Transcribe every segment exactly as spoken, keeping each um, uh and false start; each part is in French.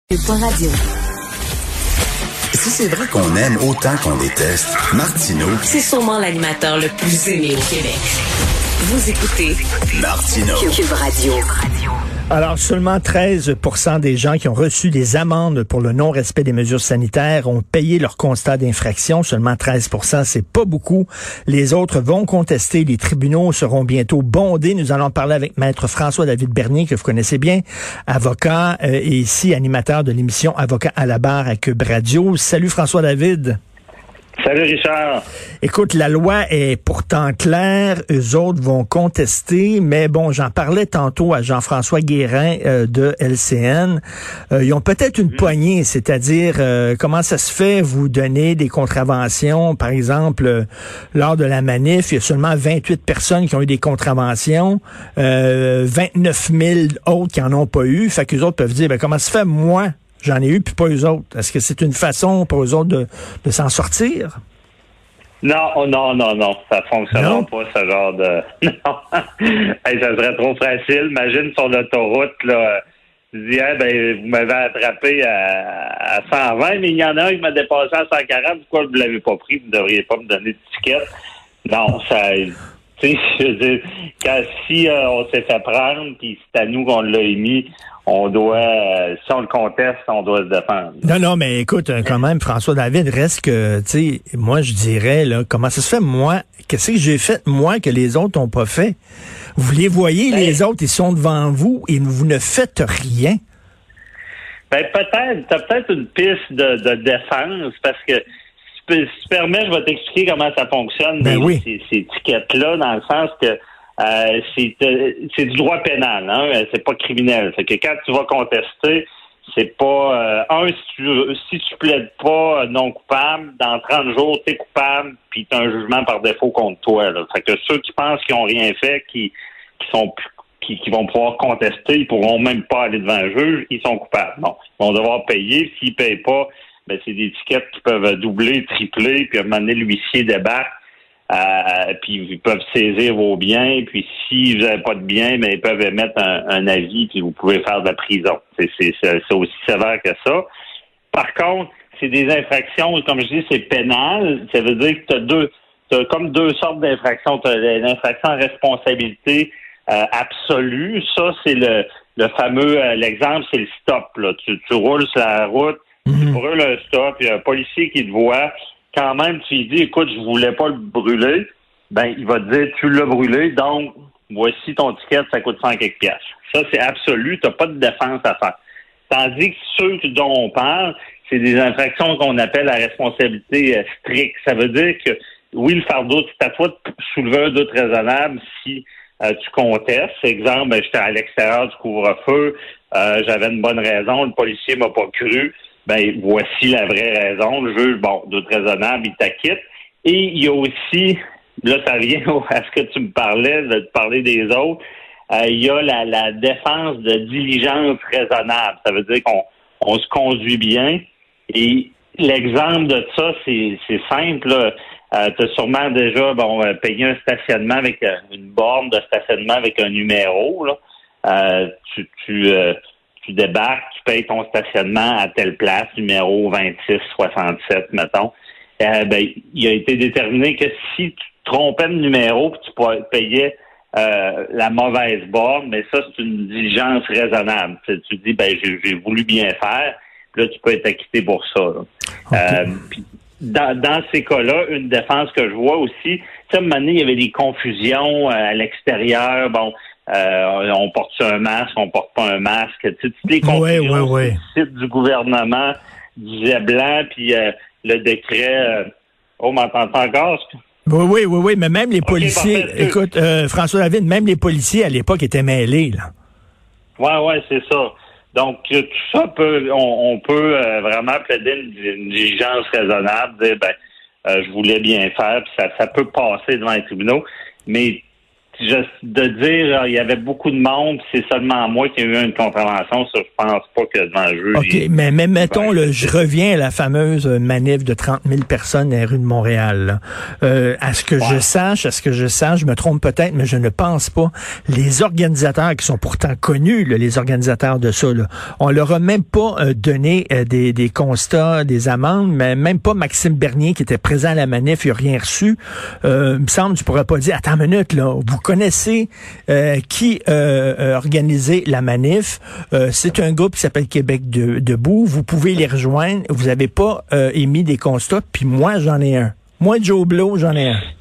Radio. Si c'est vrai qu'on aime autant qu'on déteste, Martineau, C'est sûrement l'animateur le plus aimé au Québec. Vous écoutez Martineau. Cube Radio. Alors, seulement treize pour cent des gens qui ont reçu des amendes pour le non-respect des mesures sanitaires ont payé leur constat d'infraction. Seulement treize pour cent, c'est pas beaucoup. Les autres vont contester. Les tribunaux seront bientôt bondés. Nous allons parler avec Maître François-David Bernier, que vous connaissez bien, avocat euh, et ici animateur de l'émission Avocat à la barre à Cube Radio. Salut François-David. Salut Richard. Écoute, la loi est pourtant claire, eux autres vont contester, mais bon, j'en parlais tantôt à Jean-François Guérin euh, de L C N. Euh, ils ont peut-être une mmh. poignée, c'est-à-dire euh, comment ça se fait, vous donnez des contraventions, par exemple, euh, lors de la manif, il y a seulement vingt-huit personnes qui ont eu des contraventions, euh, vingt-neuf mille autres qui en ont pas eu, fait qu'eux autres peuvent dire, ben comment ça se fait, moi, j'en ai eu, puis pas eux autres. Est-ce que c'est une façon pour eux autres de, de s'en sortir? Non, non, non, non. Ça fonctionnera pas, ce genre de... Non. Hey, ça serait trop facile. Imagine sur l'autoroute, là, tu dis, hey, ben, vous m'avez attrapé à, à cent vingt, mais il y en a un qui m'a dépassé à cent quarante. Pourquoi vous ne l'avez pas pris? Vous ne devriez pas me donner d'étiquette. Non, ça... Tu sais, je veux dire, quand, si euh, on s'est fait prendre, puis c'est à nous qu'on l'a émis, on doit, euh, si on le conteste, on doit se défendre. Non, non, mais écoute, quand même, François-David, reste que, tu sais, moi, je dirais, là, comment ça se fait, moi, qu'est-ce que j'ai fait, moi, que les autres n'ont pas fait? Vous les voyez, ben, les autres, ils sont devant vous, et vous ne faites rien. Ben, peut-être, t'as peut-être une piste de, de défense, parce que, si tu permets, je vais t'expliquer comment ça fonctionne, ben les, oui. ces, ces étiquettes-là, dans le sens que euh, c'est, euh, c'est du droit pénal, hein, c'est pas criminel. Fait que quand tu vas contester, c'est pas... Euh, un, si tu, si tu plaides pas non coupable, dans trente jours, t'es coupable, puis t'as un jugement par défaut contre toi. Là. Fait que ceux qui pensent qu'ils ont rien fait, qui, qui sont qui, qui vont pouvoir contester, ils pourront même pas aller devant un juge, ils sont coupables. Bon, ils vont devoir payer. S'ils payent pas, ben c'est des étiquettes qui peuvent doubler, tripler, puis à un moment donné, l'huissier débarque, euh, puis ils peuvent saisir vos biens, puis si vous n'avez pas de biens, ben ils peuvent émettre un, un avis, puis vous pouvez faire de la prison. C'est, c'est, c'est, c'est aussi sévère que ça. Par contre, c'est des infractions, comme je dis, c'est pénal. Ça veut dire que tu as deux, t'as comme deux sortes d'infractions. Tu as l'infraction en responsabilité euh, absolue. Ça, c'est le, le fameux, euh, l'exemple, c'est le stop. Là. Tu, tu roules sur la route, tu brûles un stop, il y a un policier qui te voit, quand même, tu lui dis, écoute, je voulais pas le brûler, ben, il va te dire, tu l'as brûlé, donc, voici ton ticket, ça coûte cent quelques piastres. Ça, c'est absolu, t'as pas de défense à faire. Tandis que ceux dont on parle, c'est des infractions qu'on appelle la responsabilité euh, stricte. Ça veut dire que, oui, le fardeau, c'est à toi de soulever un doute raisonnable si euh, tu contestes. Exemple, ben, j'étais à l'extérieur du couvre-feu, euh, j'avais une bonne raison, le policier m'a pas cru. Ben, voici la vraie raison. Le juge, bon, doute raisonnable, il t'acquitte. Et il y a aussi, là, ça vient à ce que tu me parlais, de te parler des autres, euh, il y a la, la défense de diligence raisonnable. Ça veut dire qu'on on se conduit bien. Et l'exemple de ça, c'est, c'est simple. Euh, tu as sûrement déjà bon, payé un stationnement avec une borne de stationnement avec un numéro. Là. Euh, tu... tu euh, Tu débarques, tu payes ton stationnement à telle place, numéro vingt-six soixante-sept, mettons. Euh, ben, il a été déterminé que si tu te trompais de numéro puis tu payais euh, la mauvaise borne, mais ça, c'est une diligence raisonnable. Tu, tu dis, ben, j'ai, j'ai voulu bien faire, puis là, tu peux être acquitté pour ça. Okay. Euh, puis dans, dans ces cas-là, une défense que je vois aussi, tu sais, à un moment donné, il y avait des confusions à l'extérieur, bon, Euh, on porte un masque, on porte pas un masque. Tu sais, toutes les confusions oui, oui, oui. Le site du gouvernement disait blanc, puis euh, le décret... Euh, oh, m'entends-tu encore? Oui, oui, oui, oui, mais même les policiers... Okay, écoute, euh, François-David, même les policiers, à l'époque, étaient mêlés, là. Oui, oui, c'est ça. Donc, tout ça, peut, on, on peut euh, vraiment plaider une, une diligence raisonnable, dire, ben, euh, je voulais bien faire, puis ça, ça peut passer devant les tribunaux, mais je, de dire il y avait beaucoup de monde, c'est seulement moi qui ai eu une contravention, ça, je pense pas que devant le juge. OK, il, mais, mais mettons, là, je reviens à la fameuse manif de trente mille personnes dans les rues de Montréal. Euh, à ce que ouais. je sache, à ce que je sache, je me trompe peut-être, mais je ne pense pas. Les organisateurs, qui sont pourtant connus, là, les organisateurs de ça, là, on leur a même pas euh, donné euh, des, des constats, des amendes, mais même pas Maxime Bernier, qui était présent à la manif, il a rien reçu. Euh, il me semble, tu pourrais pas dire, attends une minute, là, vous connaissez euh, qui euh, a organisé la manif. Euh, c'est un groupe qui s'appelle Québec de, debout. Vous pouvez les rejoindre. Vous n'avez pas euh, émis des constats, puis moi, j'en ai un. Moi, Joe Blow, j'en ai un.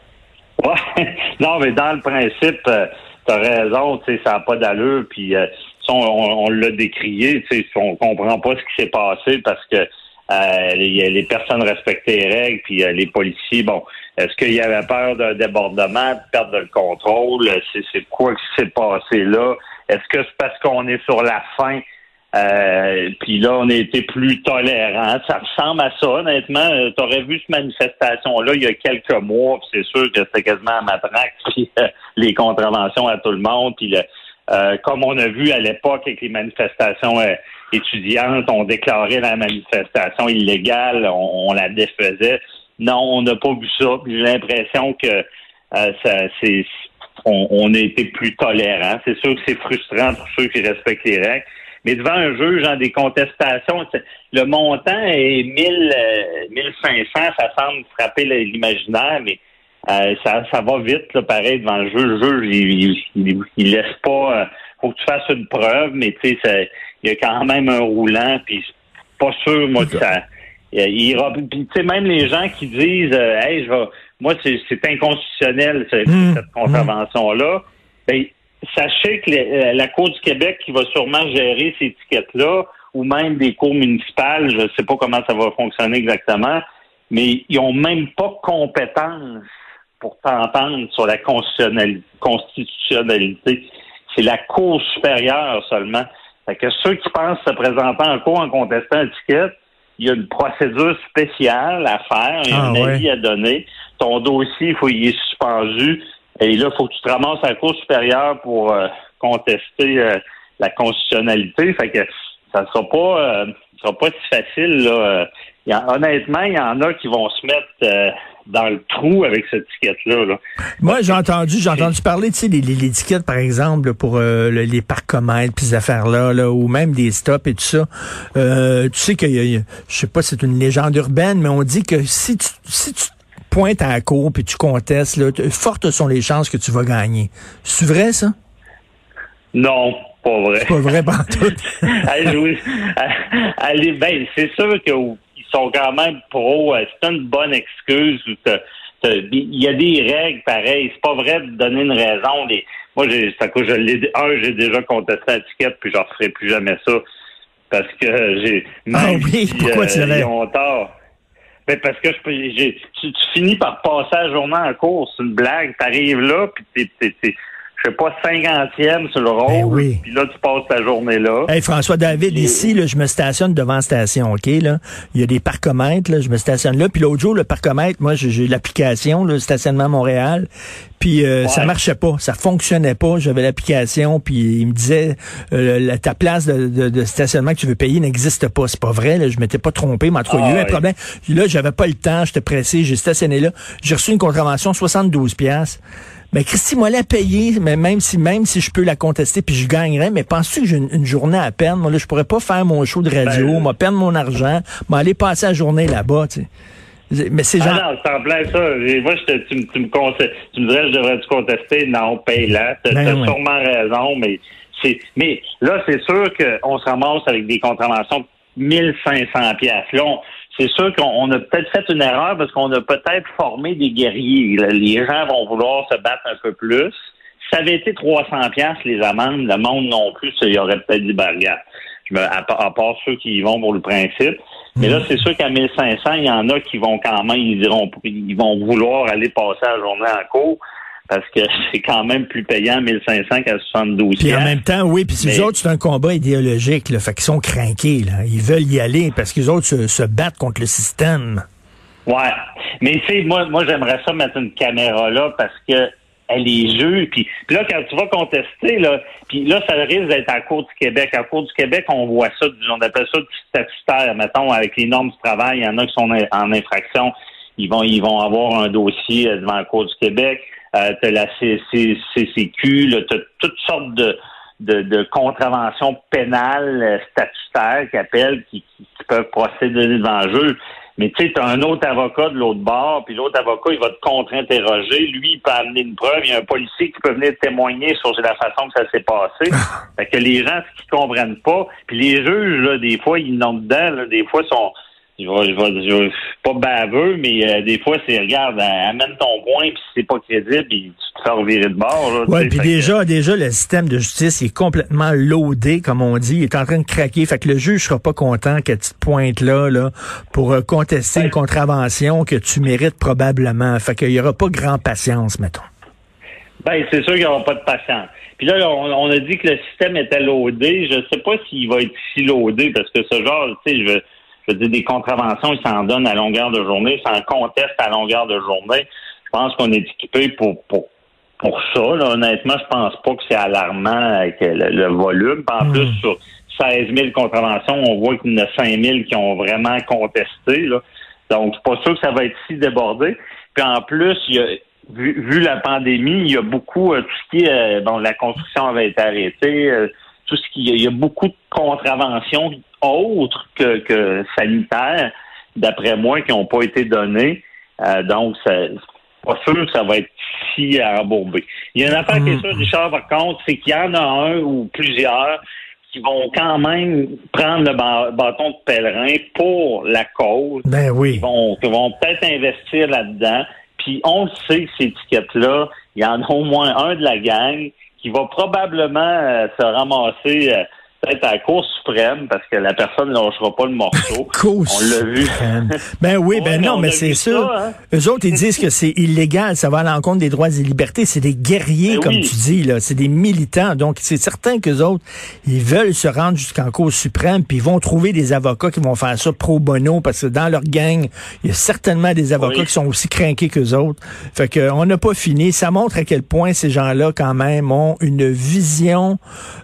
Ouais. Non, mais dans le principe, euh, t'as raison, tu sais, ça n'a pas d'allure, puis euh, on, on, on l'a décrié, tu sais, on comprend pas ce qui s'est passé parce que Euh, les, les personnes respectaient les règles, puis euh, les policiers, bon, est-ce qu'il y avait peur d'un débordement, de perdre le contrôle? C'est, c'est quoi qui s'est passé là? Est-ce que c'est parce qu'on est sur la fin? Euh, puis là, on a été plus tolérants. Ça ressemble à ça, honnêtement. Tu aurais vu cette manifestation-là il y a quelques mois, puis c'est sûr que c'était quasiment à matraque, puis euh, les contraventions à tout le monde, puis le, euh, comme on a vu à l'époque avec les manifestations euh, étudiantes, on déclarait la manifestation illégale, on, on la défaisait. Non, on n'a pas vu ça. Puis j'ai l'impression que euh, ça, c'est, on, on a été plus tolérants. C'est sûr que c'est frustrant pour ceux qui respectent les règles. Mais devant un juge, dans des contestations, le montant est mille, mille cinq cents, ça semble frapper l'imaginaire, mais euh, ça, ça va vite, là, pareil, devant le juge. Le juge, il, il, il laisse pas... Euh, faut que tu fasses une preuve, mais tu sais, il y a quand même un roulant, puis pas sûr, moi, que ça... Il ira... Puis tu sais, même les gens qui disent euh, « Hey, je vais... Moi, c'est, c'est inconstitutionnel, cette, mmh, cette contravention-là. Mmh. » Ben, sachez que les, la Cour du Québec qui va sûrement gérer ces étiquettes-là, ou même des cours municipales, je ne sais pas comment ça va fonctionner exactement, mais ils n'ont même pas compétence pour t'entendre sur la constitutionnalité. C'est la Cour supérieure seulement. Fait que ceux qui pensent se présenter en cours en contestant l'étiquette, il y a une procédure spéciale à faire, il y a ah, un avis ouais. à donner. Ton dossier, il faut il est suspendu. Et là, il faut que tu te ramasses à la Cour supérieure pour euh, contester euh, la constitutionnalité. Fait que ça sera pas euh, ça sera pas si facile, là. Il y a, honnêtement, il y en a qui vont se mettre euh, dans le trou avec cette étiquette-là. Là. Moi, j'ai entendu, j'ai entendu parler, tu sais, les, les, les étiquettes, par exemple, pour euh, le, les parcomètres, puis ces affaires-là, là, ou même des stops et tout ça. Euh, tu sais que, je sais pas, c'est une légende urbaine, mais on dit que si tu, si tu pointes à la cour puis tu contestes, là, fortes sont les chances que tu vas gagner. C'est vrai, ça? Non. Pas vrai. C'est pas vrai, pantoute. Allez, allez, ben, c'est sûr qu'ils sont quand même pros. C'est une bonne excuse. Il y a des règles pareilles. C'est pas vrai de donner une raison. Les, moi, j'ai, ça, je l'ai, un, j'ai déjà contesté l'étiquette, puis je ne referai plus jamais ça. Parce que j'ai. Ah oui, si, pourquoi euh, tu l'avais? Ils ont tort. Ben parce que je peux, j'ai, tu, tu finis par passer la journée en cours. C'est une blague. T'arrives là, puis t'es, t'es, t'es je sais pas, cinquantième sur le rôle, ben oui. Puis là, tu passes ta journée là. Hey, François David, et... ici, là, je me stationne devant la station, OK, là. Il y a des parcomètres, là, je me stationne là. Puis l'autre jour, le parcomètre, moi, j'ai, j'ai l'application, le stationnement Montréal, puis euh, ouais. ça marchait pas, ça fonctionnait pas. J'avais l'application, puis il me disait, euh, la, ta place de, de, de stationnement que tu veux payer n'existe pas. C'est pas vrai, là, je m'étais pas trompé, mais en tout cas, il y a eu un problème. Là, j'avais pas le temps, j'étais pressé, j'ai stationné là. J'ai reçu une contravention, soixante-douze piastres. Mais Christy, moi, la payer, mais même si même si je peux la contester puis je gagnerais, mais penses-tu que j'ai une, une journée à peine? Moi, là, je pourrais pas faire mon show de radio, ben, moi, perdre mon argent, m'aller passer la journée là-bas, tu sais. Mais c'est genre... Ah non, c'est en plein ça. Moi, je te, tu, tu, me conseilles, tu me dirais, je devrais-tu contester? Non, paye-la. T'as, ben, t'as ouais. sûrement raison, mais c'est, mais là, c'est sûr qu'on se ramasse avec des contraventions de mille cinq cents piastres. Là, on, c'est sûr qu'on a peut-être fait une erreur parce qu'on a peut-être formé des guerriers. Les gens vont vouloir se battre un peu plus. Si ça avait été trois cents piastres les amendes, le monde non plus, il y aurait peut-être dit, ben, regarde, je me, à, à part ceux qui y vont pour le principe. Mais là, c'est sûr qu'à mille cinq cents, il y en a qui vont quand même, ils diront, ils vont vouloir aller passer la journée en cours. Parce que c'est quand même plus payant mille cinq cents qu'à soixante-douze. Puis en même temps, oui, puis mais... les autres, c'est un combat idéologique, là, fait qu'ils sont craqués, là. Ils veulent y aller parce que les autres se, se battent contre le système. Ouais, mais tu sais, moi, moi, j'aimerais ça mettre une caméra là parce que hey, les juges, puis, puis là, quand tu vas contester, là, puis là, ça risque d'être à la Cour du Québec. À la Cour du Québec, on voit ça, on appelle ça du statutaire, mettons, avec les normes du travail. Il y en a qui sont en infraction. Ils vont, ils vont avoir un dossier devant la Cour du Québec. Euh, t'as la C C Q, là, t'as toutes sortes de, de, de contraventions pénales statutaires qui appellent, qui, qui, qui peuvent procéder devant le juge. Mais tu sais, t'as un autre avocat de l'autre bord, puis l'autre avocat, il va te contre-interroger. Lui, il peut amener une preuve. Il y a un policier qui peut venir témoigner sur la façon que ça s'est passé. Fait que les gens, ce qu'ils comprennent pas, puis les juges, là, des fois, ils n'ont dedans, là, des fois, sont... Je vais, je vais, je vais pas baveux, mais euh, des fois, c'est, regarde, amène ton point, puis si c'est pas crédible, puis tu te fais revirer de bord. Oui, puis déjà, que... déjà, le système de justice est complètement loadé, comme on dit. Il est en train de craquer. Fait que le juge sera pas content que tu te pointes là, là, pour euh, contester ouais. une contravention que tu mérites probablement. Fait qu'il y aura pas grand patience, mettons. Ben, c'est sûr qu'il n'y aura pas de patience. Puis là, on, on a dit que le système était loadé. Je sais pas s'il va être si loadé, parce que ce genre, tu sais, je Je veux dire, des contraventions, ils s'en donnent à longueur de journée, ils s'en contestent à longueur de journée. Je pense qu'on est équipé pour pour pour ça. Là. Honnêtement, je pense pas que c'est alarmant avec le, le volume. En mmh. plus, sur seize mille contraventions, on voit qu'il y en a cinq mille qui ont vraiment contesté. Là. Donc, c'est pas sûr que ça va être si débordé. Puis en plus, il y a, vu, vu la pandémie, il y a beaucoup, euh, tout ce qui est, euh, bon, la construction avait été arrêtée, euh, tout ce qui, il y a beaucoup de contraventions autres que, que sanitaires, d'après moi, qui n'ont pas été données. Euh, donc, c'est pas sûr que ça va être si embourbé. Il y a une affaire mmh. qui est sûre, Richard, par contre, c'est qu'il y en a un ou plusieurs qui vont quand même prendre le bâton de pèlerin pour la cause. Ben oui. Qui vont, qui vont peut-être investir là-dedans. Puis on le sait que ces étiquettes-là, il y en a au moins un de la gang qui va probablement euh, se ramasser... Euh, peut-être à la Cour suprême, parce que la personne ne lâchera pas le morceau. Cour on l'a vu. Ben oui, ouais, ben non, mais c'est sûr. Ça, hein? Eux autres, ils disent que c'est illégal, ça va à l'encontre des droits et libertés. C'est des guerriers, ben comme oui. tu dis, là. C'est des militants. Donc, c'est certain qu'eux autres, ils veulent se rendre jusqu'en Cour suprême, puis ils vont trouver des avocats qui vont faire ça pro bono, parce que dans leur gang, il y a certainement des avocats oui. qui sont aussi crinqués qu'eux autres. Fait que, on n'a pas fini. Ça montre à quel point ces gens-là, quand même, ont une vision,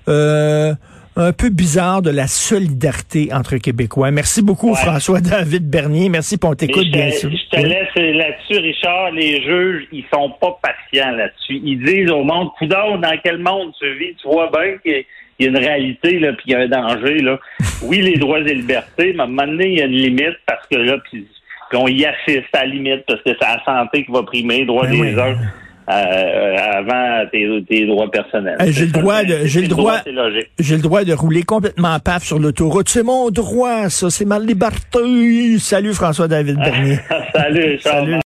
euh, un peu bizarre de la solidarité entre Québécois. Merci beaucoup, ouais. François-David Bernier. Merci pour t'écoute, bien sûr. Je te oui. laisse là-dessus, Richard. Les juges, ils sont pas patients là-dessus. Ils disent au monde, coudonc, dans quel monde tu vis? Tu vois bien qu'il y a une réalité, là, puis il y a un danger, là. Oui, les droits et libertés, mais à un moment donné, il y a une limite, parce que là, puis on y assiste à la limite, parce que c'est la santé qui va primer, les droits ben des oui. uns. Euh, avant tes, tes droits personnels. Hey, j'ai le droit de, j'ai le droit, j'ai le droit de rouler complètement paf sur l'autoroute. C'est mon droit, ça, c'est ma liberté. Salut François-David Bernier. Salut, Charles. Salut.